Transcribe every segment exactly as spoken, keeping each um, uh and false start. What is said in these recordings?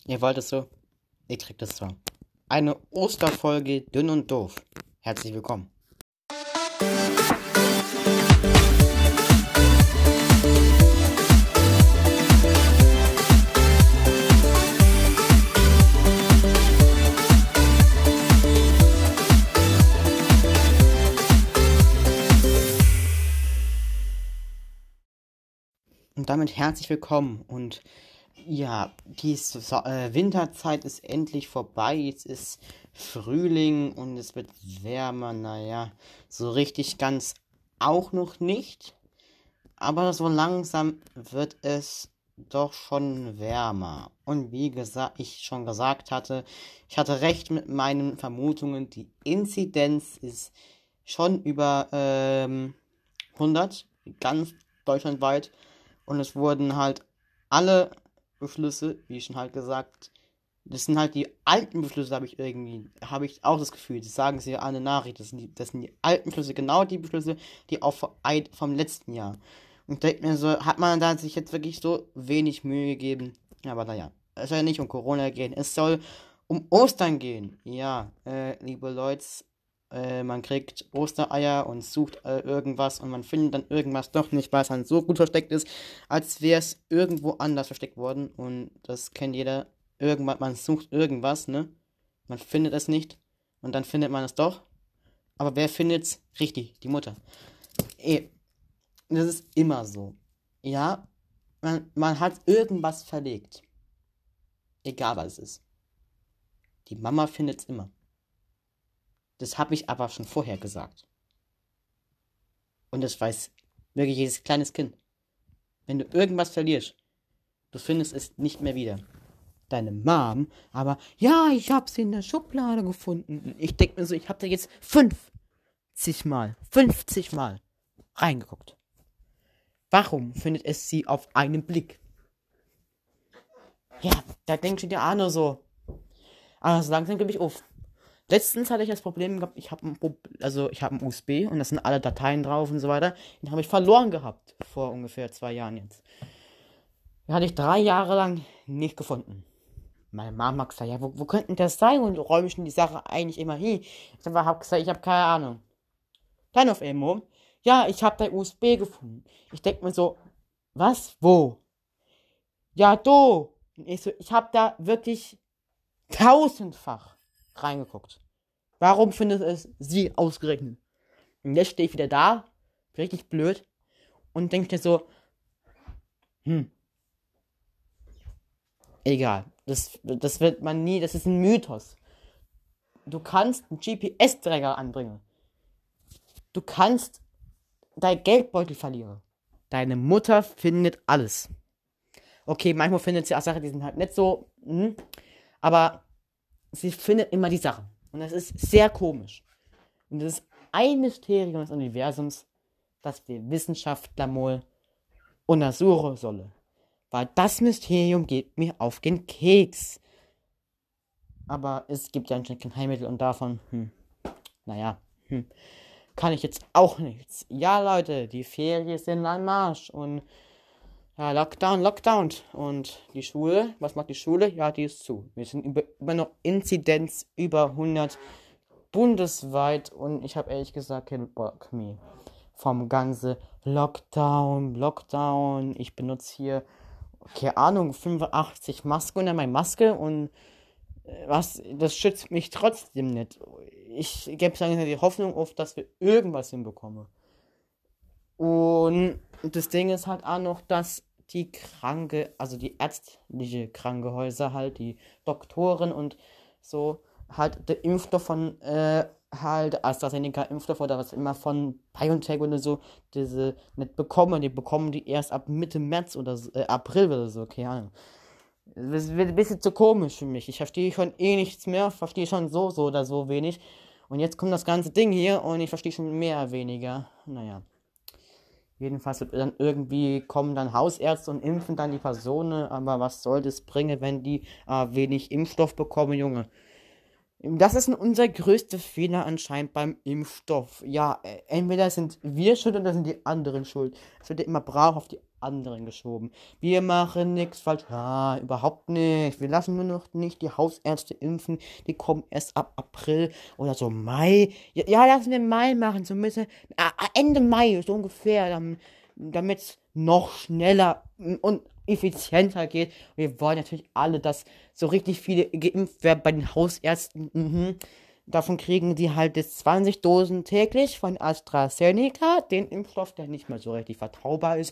Ihr wollt es so? Ihr kriegt es so. Eine Osterfolge Dünn und Doof. Herzlich willkommen. Und damit herzlich willkommen. Und ja, die so äh, Winterzeit ist endlich vorbei. Jetzt ist Frühling und es wird wärmer. Naja, so richtig ganz auch noch nicht. Aber so langsam wird es doch schon wärmer. Und wie gesagt, ich schon gesagt hatte, ich hatte recht mit meinen Vermutungen. Die Inzidenz ist schon über ähm, hundert, ganz deutschlandweit. Und es wurden halt alle Beschlüsse, wie schon halt gesagt, das sind halt die alten Beschlüsse, habe ich irgendwie, habe ich auch das Gefühl, das sagen sie ja alle Nachrichten, das sind die, das sind die alten Beschlüsse, genau die Beschlüsse, die auch vom letzten Jahr. Und ich denke mir so, hat man da sich jetzt wirklich so wenig Mühe gegeben? Aber naja, es soll ja nicht um Corona gehen, es soll um Ostern gehen. Ja, äh, liebe Leute, äh, man kriegt Ostereier und sucht äh, irgendwas und man findet dann irgendwas doch nicht, weil es dann so gut versteckt ist, als wäre es irgendwo anders versteckt worden. Und das kennt jeder. Irgendwann, man sucht irgendwas, ne? Man findet es nicht und dann findet man es doch. Aber wer findet's? Richtig, die Mutter. Eh, das ist immer so. Ja, man, man hat irgendwas verlegt. Egal was es ist. Die Mama findet's immer. Das habe ich aber schon vorher gesagt. Und das weiß wirklich jedes kleines Kind. Wenn du irgendwas verlierst, du findest es nicht mehr wieder. Deine Mom, aber ja, ich habe sie in der Schublade gefunden. Ich denke mir so, ich habe da jetzt fünfzig Mal, fünfzig Mal reingeguckt. Warum findet es sie auf einen Blick? Ja, da denkst du dir auch nur so. Aber so langsam gebe ich auf. Letztens hatte ich das Problem gehabt, ich habe ein, also ich habe ein U S B und da sind alle Dateien drauf und so weiter. Den habe ich verloren gehabt, vor ungefähr zwei Jahren jetzt. Den hatte ich drei Jahre lang nicht gefunden. Meine Mama hat gesagt, ja, wo, wo könnte das sein? Und räume ich denn die Sache eigentlich immer hin? Ich habe gesagt, ich habe keine Ahnung. Dann auf einmal, ja, ich habe dein U S B gefunden. Ich denke mir so, was? Wo? Ja, do. Und ich so, ich habe da wirklich tausendfach reingeguckt. Warum findet es sie ausgerechnet? Und jetzt stehe ich wieder da, richtig blöd, und denke mir so, hm, egal, das, das wird man nie, das ist ein Mythos. Du kannst einen G P S-Träger anbringen. Du kannst dein Geldbeutel verlieren. Deine Mutter findet alles. Okay, manchmal findet sie auch Sachen, die sind halt nicht so, hm, aber sie findet immer die Sachen. Und das ist sehr komisch. Und das ist ein Mysterium des Universums, das die Wissenschaftler mal untersuchen sollen. Weil das Mysterium geht mir auf den Keks. Aber es gibt ja anscheinend kein Heilmittel und davon, hm, naja, hm, kann ich jetzt auch nichts. Ja, Leute, die Ferien sind am Marsch und ja, Lockdown, Lockdown. Und die Schule, was macht die Schule? Ja, die ist zu. Wir sind über, immer noch Inzidenz über hundert bundesweit. Und ich habe ehrlich gesagt keinen Bock mehr vom ganzen Lockdown, Lockdown. Ich benutze hier, keine Ahnung, fünfundachtzig Masken unter meine Maske. Und was, das schützt mich trotzdem nicht. Ich gebe langsam die Hoffnung auf, dass wir irgendwas hinbekommen. Und das Ding ist halt auch noch, dass die Kranke, also die ärztliche Krankenhäuser halt, die Doktoren und so, halt der Impfstoff von, äh, halt AstraZeneca-Impfstoff oder was immer von BioNTech oder so, diese nicht bekommen, die bekommen die erst ab Mitte März oder so, äh, April oder so, keine Ahnung. Das wird ein bisschen zu komisch für mich. Ich verstehe schon eh nichts mehr, verstehe schon so, so oder so wenig. Und jetzt kommt das ganze Ding hier und ich verstehe schon mehr, weniger. Naja. Jedenfalls wird dann irgendwie kommen dann Hausärzte und impfen dann die Personen, aber was soll das bringen, wenn die äh, wenig Impfstoff bekommen, Junge? Das ist unser größter Fehler anscheinend beim Impfstoff. Ja, äh, entweder sind wir schuld oder sind die anderen schuld. Es wird ja immer brav auf die anderen geschoben. Wir machen nichts falsch. Ja, überhaupt nicht. Wir lassen nur noch nicht die Hausärzte impfen. Die kommen erst ab April oder so Mai. Ja, ja lassen wir Mai machen. So ein bisschen, äh, Ende Mai, so ungefähr. Damit es noch schneller und effizienter geht. Wir wollen natürlich alle, dass so richtig viele geimpft werden bei den Hausärzten. Mhm. Davon kriegen die halt jetzt zwanzig Dosen täglich von AstraZeneca, den Impfstoff, der nicht mehr so richtig vertraubar ist.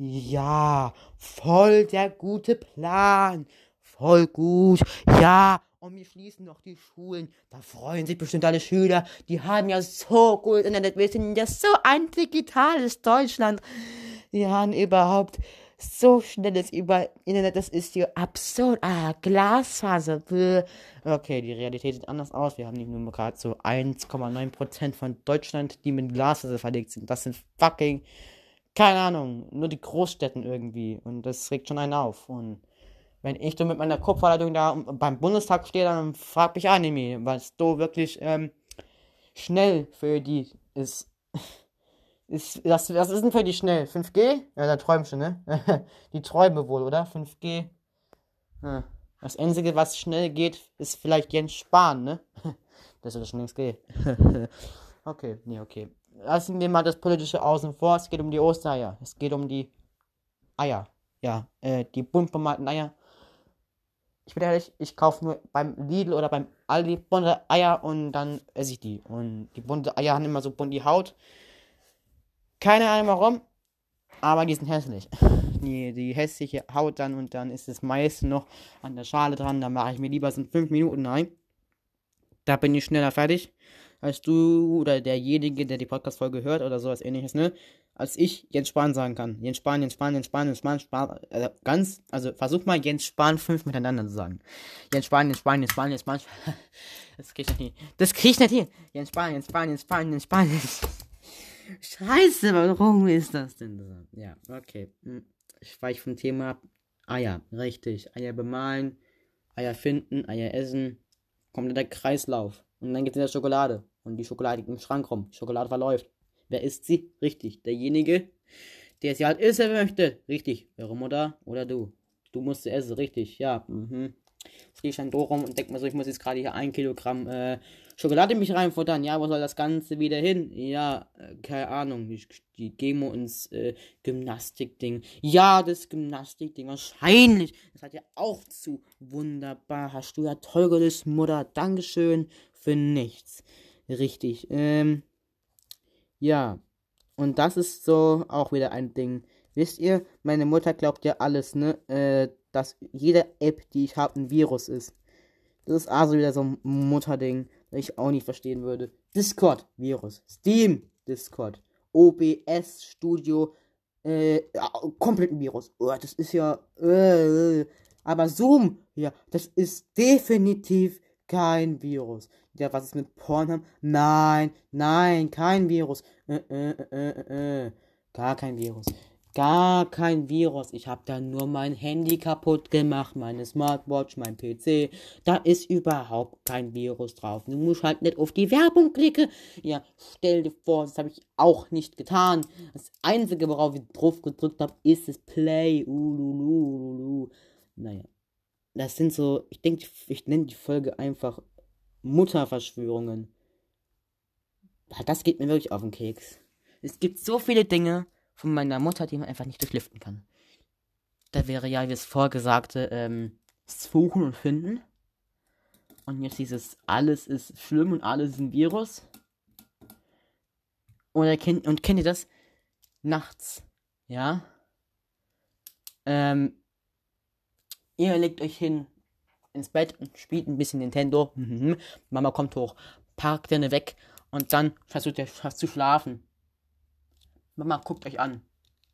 Ja, voll der gute Plan. Voll gut. Ja, und wir schließen noch die Schulen. Da freuen sich bestimmt alle Schüler. Die haben ja so gut Internet. Wir sind ja so ein digitales Deutschland. Die haben überhaupt so schnelles über Internet, das ist hier absurd. Ah, Glasfaser. Bäh. Okay, die Realität sieht anders aus. Wir haben nicht nur gerade so eins Komma neun Prozent von Deutschland, die mit Glasfaser verlegt sind. Das sind fucking, keine Ahnung, nur die Großstädten irgendwie. Und das regt schon einen auf. Und wenn ich so mit meiner Kupferleitung da beim Bundestag stehe, dann frag mich Anime, was so wirklich ähm, schnell für die ist. Ist, das, das ist denn für die schnell? fünf G? Ja, da träumst du, ne? Die träumen wohl, oder? fünf G. Ja. Das Einzige, was schnell geht, ist vielleicht Jens Spahn, ne? Das ist schon nichts geht. Okay, nee, okay. Lassen wir mal das Politische außen vor. Es geht um die Ostereier. Es geht um die Eier. Ja, äh, die bunt bemalten Eier. Ich bin ehrlich, ich kaufe nur beim Lidl oder beim Aldi bunte Eier und dann esse ich die. Und die bunte Eier haben immer so bunt die Haut. Keine Ahnung warum, aber die sind hässlich. Die, die hässliche Haut dann und dann ist das meiste noch an der Schale dran. Da mache ich mir lieber so fünf Minuten ein. Da bin ich schneller fertig als du oder derjenige, der die Podcast-Folge hört oder sowas ähnliches, ne? Als ich Jens Spahn sagen kann. Jens Spahn, Jens Spahn, Jens Spahn, Jens Spahn, Spahn. Also ganz, also versuch mal Jens Spahn fünf miteinander zu sagen. Jens Spahn, Jens Spahn, Jens Spahn, Jens Spahn. Das krieg ich nicht hin. Das krieg ich nicht hin. Jens Spahn, Jens Spahn, Jens Spahn, Jens Spahn. Scheiße, warum ist das denn so? Ja, okay. Ich weiche vom Thema ab. Eier, richtig. Eier bemalen, Eier finden, Eier essen. Kommt in der Kreislauf. Und dann geht es in der Schokolade. Und die Schokolade liegt im Schrank rum. Die Schokolade verläuft. Wer isst sie? Richtig. Derjenige, der sie halt essen möchte. Richtig. Eure Mutter oder du. Du musst sie essen. Richtig. Ja. Mhm. Jetzt gehe ich dann rum und denke mir so, ich muss jetzt gerade hier ein Kilogramm äh, Schokolade in mich reinfuttern. Ja, wo soll das Ganze wieder hin? Ja, äh, keine Ahnung. Die, die gehen wir ins äh, Gymnastikding. Ja, das Gymnastikding. Wahrscheinlich. Das hat ja auch zu. Wunderbar. Hast du ja toll gelöst, Mutter. Dankeschön für nichts. Richtig. Ähm, ja. Und das ist so auch wieder ein Ding. Wisst ihr, meine Mutter glaubt ja alles, ne? Äh, dass jede App, die ich habe, ein Virus ist. Das ist also wieder so ein Mutterding, das ich auch nicht verstehen würde. Discord, Virus. Steam, Discord. O B S, Studio, äh, ja, komplett ein Virus. Oh, das ist ja, äh, aber Zoom, ja, das ist definitiv kein Virus. Ja, was ist mit Pornhub? Nein, nein, kein Virus. Äh, äh, äh, äh, äh. Gar kein Virus. Gar kein Virus. Ich habe da nur mein Handy kaputt gemacht, meine Smartwatch, mein P C. Da ist überhaupt kein Virus drauf. Du musst halt nicht auf die Werbung klicken. Ja, stell dir vor, das habe ich auch nicht getan. Das Einzige, worauf ich drauf gedrückt habe, ist das Play. Ululu, ululu. Naja, das sind so, ich denke, ich nenne die Folge einfach Mutterverschwörungen. Das geht mir wirklich auf den Keks. Es gibt so viele Dinge von meiner Mutter, die man einfach nicht durchlüften kann. Da wäre ja das Vorgesagte, ähm, Suchen und Finden. Und jetzt dieses, alles ist schlimm und alles ist ein Virus. Oder kennt, und kennt ihr das? Nachts, ja? Ähm, ihr legt euch hin ins Bett und spielt ein bisschen Nintendo. Mhm. Mama kommt hoch, parkt den weg und dann versucht ihr fast zu schlafen. Mama guckt euch an.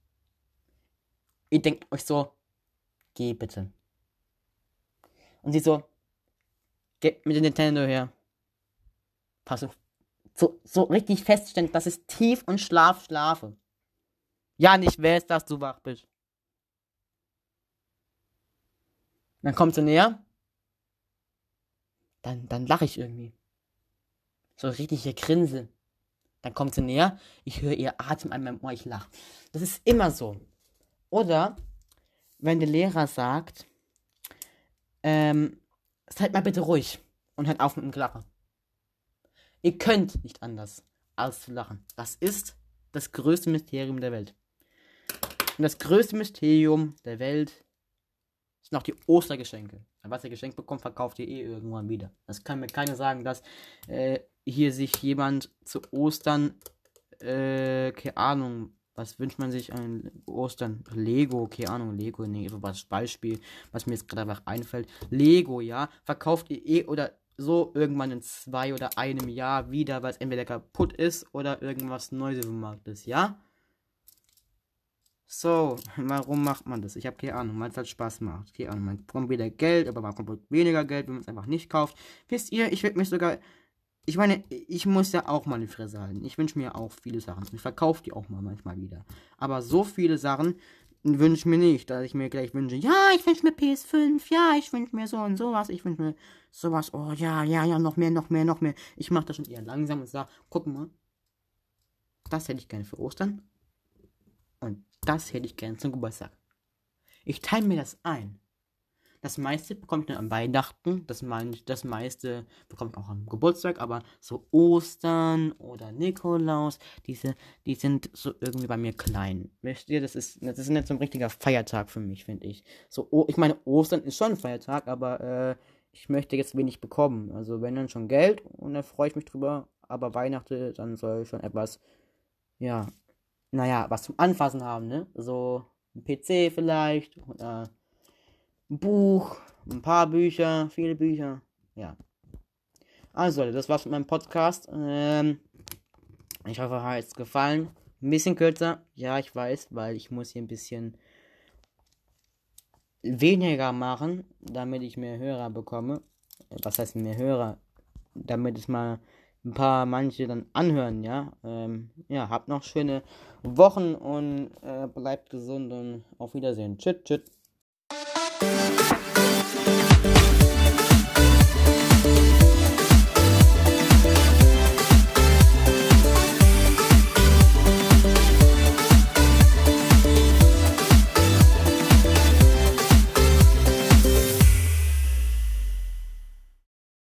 Ihr denkt euch so, geh bitte. Und sie so, gebt mir den Nintendo her. Pass auf. So, so richtig feststellen, dass es tief und Schlaf schlafe. Ja, nicht wer ist, dass du wach bist. Dann kommt sie näher. Dann, dann lache ich irgendwie. So richtig hier Grinse. Dann kommt sie näher. Ich höre ihr Atem an meinem Ohr. Ich lache. Das ist immer so. Oder wenn der Lehrer sagt, ähm, seid mal bitte ruhig und hört auf mit dem Gelache. Ihr könnt nicht anders, als zu lachen. Das ist das größte Mysterium der Welt. Und das größte Mysterium der Welt sind auch die Ostergeschenke. Was ihr geschenkt bekommt, verkauft ihr eh irgendwann wieder. Das kann mir keiner sagen, dass äh, hier sich jemand zu Ostern, äh, keine Ahnung, was wünscht man sich an Ostern? Lego, keine Ahnung, Lego, nee, so was Beispiel, was mir jetzt gerade einfach einfällt. Lego, ja, verkauft ihr eh oder so irgendwann in zwei oder einem Jahr wieder, weil es entweder kaputt ist oder irgendwas Neues im Markt ist, ja? So, warum macht man das? Ich habe keine Ahnung, weil es halt Spaß macht. Keine Ahnung, man bekommt wieder Geld, aber man bekommt weniger Geld, wenn man es einfach nicht kauft. Wisst ihr, ich würde mich sogar. Ich meine, ich muss ja auch mal eine Fresse halten. Ich wünsche mir auch viele Sachen. Ich verkaufe die auch mal manchmal wieder. Aber so viele Sachen wünsche ich mir nicht, dass ich mir gleich wünsche, ja, ich wünsche mir P S fünf, ja, ich wünsche mir so und sowas, ich wünsche mir sowas, oh ja, ja, ja, noch mehr, noch mehr, noch mehr. Ich mache das schon eher langsam und sage, guck mal, das hätte ich gerne für Ostern und das hätte ich gerne zum Geburtstag. Ich teile mir das ein. Das meiste bekomme ich dann an Weihnachten, das, mein, das meiste bekomme ich auch am Geburtstag, aber so Ostern oder Nikolaus, diese, die sind so irgendwie bei mir klein. Wisst ihr, das ist, das ist nicht so ein richtiger Feiertag für mich, finde ich. So, oh, ich meine, Ostern ist schon ein Feiertag, aber äh, ich möchte jetzt wenig bekommen. Also wenn dann schon Geld und da freue ich mich drüber, aber Weihnachten, dann soll ich schon etwas, ja, naja, was zum Anfassen haben, ne? So ein P C vielleicht, oder ein Buch, ein paar Bücher, viele Bücher. Ja. Also Leute, das war's mit meinem Podcast. Ähm, ich hoffe, euch hat es gefallen. Ein bisschen kürzer. Ja, ich weiß, weil ich muss hier ein bisschen weniger machen, damit ich mehr Hörer bekomme. Was heißt mehr Hörer? Damit es mal ein paar manche dann anhören, ja. Ähm, ja, habt noch schöne Wochen und äh, bleibt gesund und auf Wiedersehen. Tschüss, tschüss.